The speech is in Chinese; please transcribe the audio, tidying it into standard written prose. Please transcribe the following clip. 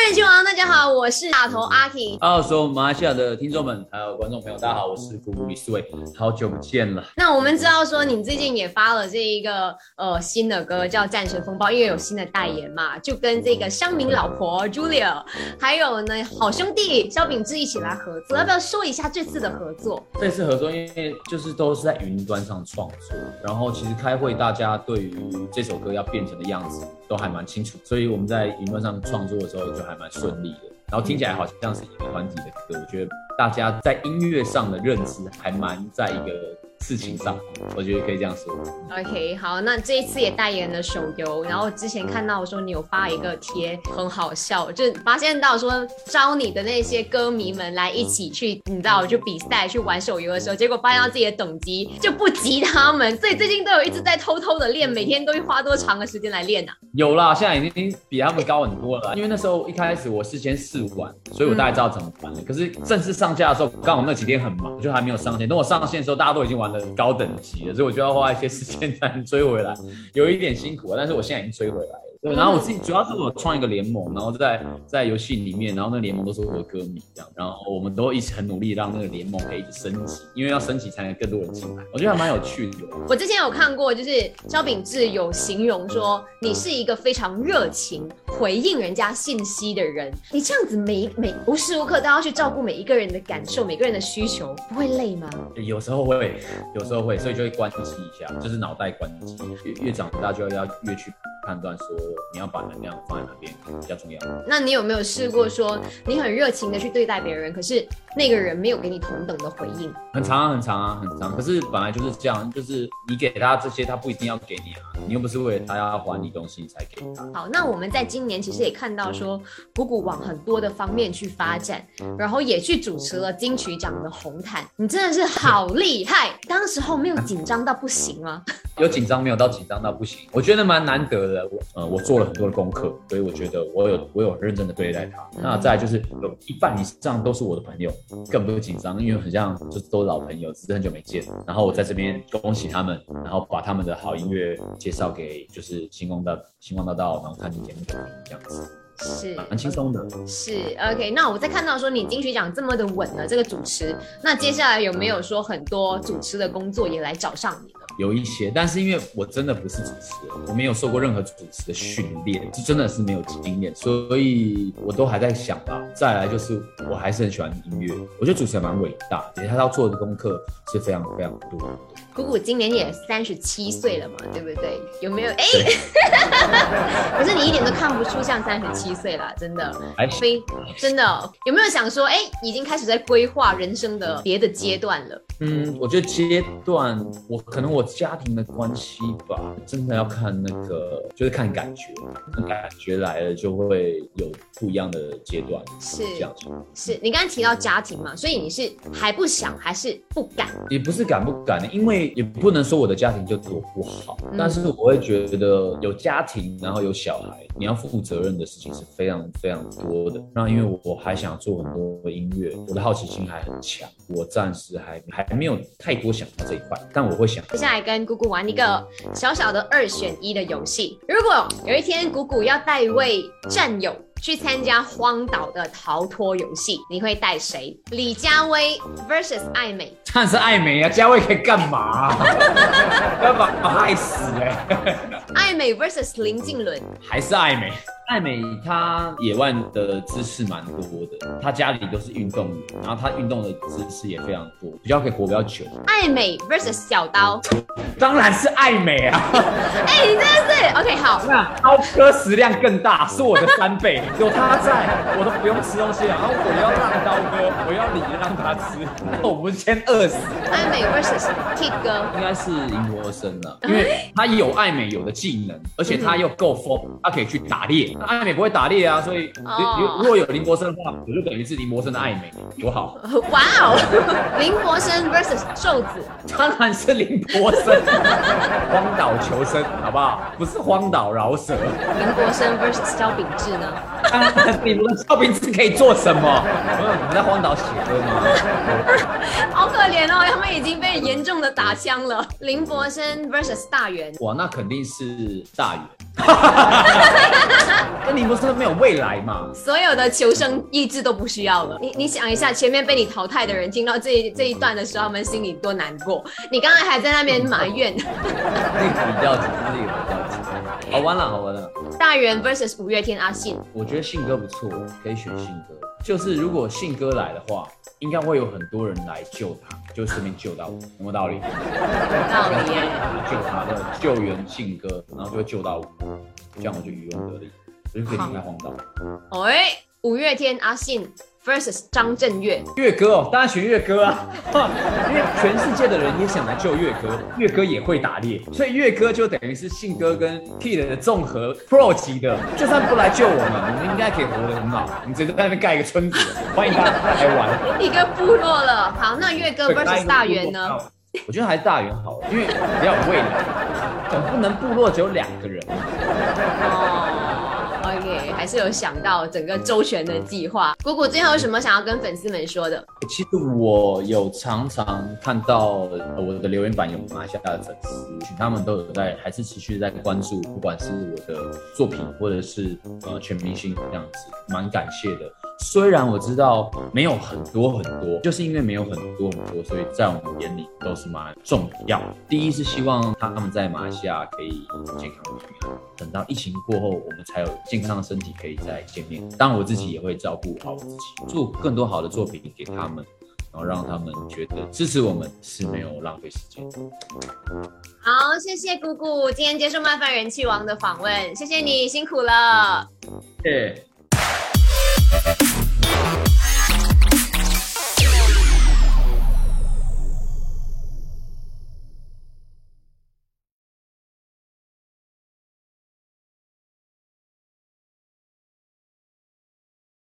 人群王，大家好，我是大头阿 K。 所有马来西亚的听众们，还有观众朋友，大家好，我是姑姑李思伟，好久不见了。 那我们知道说你最近也发了这一个新的歌叫《战神风暴》，因为有新的代言嘛，就跟这个乡民老婆 Julia， 还有呢好兄弟萧秉治一起来合作，要不要说一下这次的合作？ 这次合作因为就是都是在云端上创作，然后其实开会大家对于这首歌要变成的样子都还蛮清楚，所以我们在云端上创作的时候就还蛮顺利的。然后听起来好像是一个团体的歌，我觉得大家在音乐上的认知还蛮在一个事情上，我觉得可以这样说。 OK， 好，那这一次也代言了手游，然后之前看到说你有发一个贴，很好笑，就发现到说招你的那些歌迷们来一起去，你知道就比赛去玩手游的时候，结果发现到自己的等级就不及他们，所以最近都有一直在偷偷的练，每天都会花多长的时间来练啊？ 有啦，现在已经比他们高很多了，因为那时候一开始我是先试玩，所以我大概知道怎么玩了。可是正式上架的时候，刚好那几天很忙，就还没有上线。等我上线的时候，大家都已经玩了高等级了，所以我就要花一些时间才能追回来，有一点辛苦了，但是我现在已经追回来了。对，然后我自己主要是我创一个联盟，然后在游戏里面，然后那个联盟都是我的歌迷这样，然后我们都一起很努力让那个联盟可以一直升级，因为要升级才能更多人进来，我觉得还蛮有趣的。 我之前有看过，就是萧秉治有形容说你是一个非常热情、回应人家信息的人，你这样子每无时无刻都要去照顾每一个人的感受、每个人的需求，不会累吗？ 有时候会，所以就会关机一下，就是脑袋关机。越长大就要越去判断说你要把能量放在哪边比较重要。 那你有没有试过说你很热情的去对待别人，可是那个人没有给你同等的回应？ 很长。可是本来就是这样，就是你给他这些，他不一定要给你啊，你又不是为了他要还你东西才给他。 好，那我们在今年其实也看到说鼓鼓往很多的方面去发展，然后也去主持了金曲奖的红毯，你真的是好厉害！当时候没有紧张到不行吗？ 有紧张没有到紧张到不行，我觉得蛮难得的。我做了很多的功课，所以我觉得我有认真的对待他。那再来就是有一半以上都是我的朋友，根本不紧张，因为很像就是都是老朋友，只是很久没见。然后我在这边恭喜他们，然后把他们的好音乐介绍给就是星光大道，然后看节目这样子。 是蛮轻松的。 是 OK， 那我在看到说你金曲奖这么的稳了这个主持，那接下来有没有说很多主持的工作也来找上你了？ 有一些，但是因为我真的不是主持人，我没有受过任何主持的训练，就真的是没有经验，所以我都还在想吧。再来就是我还是很喜欢音乐，我觉得主持人蛮伟大，而且他要做的功课是非常非常多的。 鼓鼓今年也37岁了嘛，对不对？有没有？可是你一点都看不出像37岁啦，真的。真的有没有想说，已经开始在规划人生的别的阶段了？ 我觉得阶段，可能我家庭的关系吧，真的要看那个，就是看感觉，感觉来了就会有不一样的阶段。 是这样子。 是你刚才提到家庭嘛，所以你是还不想还是不敢？ 也不是敢不敢，因为也不能说我的家庭就多不好，但是我会觉得有家庭，然后有小孩，你要负责任的事情是非常非常多的。那因为我还想做很多音乐，我的好奇心还很强，我暂时还没有太多想到这一块，但我会想。 接下来跟鼓鼓玩一个小小的2选1的游戏，如果有一天鼓鼓要带一位战友去参加荒岛的逃脱游戏，你会带谁？李佳薇 vs 艾美。 当然是艾美啊，佳薇可以干嘛要把我害死艾美 vs 林静伦。 还是艾美。艾美她野外的姿势蛮多的，她家里都是运动员，然后她运动的姿势也非常多，比较可以活比较久。 艾美 vs 小刀。 当然是艾美啊！ 你真的是 OK 好。 那刀哥食量更大，是我的3倍，有他在，我都不用吃东西了。然后我要让刀哥，我要你让他吃，那我们先饿死。 艾美 vs Kid 哥。 应该是林柏生了，因为他有艾美有的技能，而且他又够疯，他可以去打猎。那艾美不会打猎啊，所以如果有林柏生的话，我就等于是林柏生的艾美，多好！ 哇哦，林柏生 vs 瘦子。 当然是林柏生。荒岛求生，好不好？不是荒岛饶舌。 林柏生 vs 萧秉治呢？ 你们的萧秉治可以做什么？你们在荒岛写歌吗？ 好可怜哦，他们已经被严重的打枪了。林柏生 vs 大元。 哇，那肯定是大元。 跟你不是没有未来嘛？ 所有的求生意志都不需要了。你想一下，前面被你淘汰的人听到这一段的时候，他们心里多难过。你刚才还在那边埋怨。 这个比较级，这个比较级，好玩了，好玩了。 大元 vs 五月天阿信， 我觉得信哥不错，可以选信哥。就是如果信哥来的话，应该会有很多人来救他，就顺便救到我，有没有道理？ 有道理耶。 救他的救援信哥，然后就会救到我，这样我就渔翁得利，我就可以离开荒岛。 五月天阿信 vs 张震岳， 岳哥哦，当然选岳哥啊，因为全世界的人也想来救岳哥，岳哥也会打猎，所以岳哥就等于是信哥跟 Kid 的综合 Pro 级的，就算不来救我们应该可以活得很好。你直接在那边盖一个村子，欢迎大家来玩。 一个部落了。好，那岳哥 vs 大元呢？ 我觉得还是大元好了，因为比较有未来，总不能部落只有2个人。 OK， 还是有想到整个周全的计划。姑姑最后有什么想要跟粉丝们说的？ 其实我有常常看到我的留言板有马来西亚的粉丝，他们都有在还是持续在关注，不管是我的作品或者是全明星这样子，蛮感谢的。虽然我知道没有很多，就是因为没有很多，所以在我们眼里都是蛮重要。第一是希望他们在马来西亚可以健康平安，等到疫情过后，我们才有健康的身体可以再见面。当然我自己也会照顾好我自己，做更多好的作品给他们，然后让他们觉得支持我们是没有浪费时间。 好，谢谢姑姑今天接受麦饭人气王的访问，谢谢你辛苦了。 谢谢。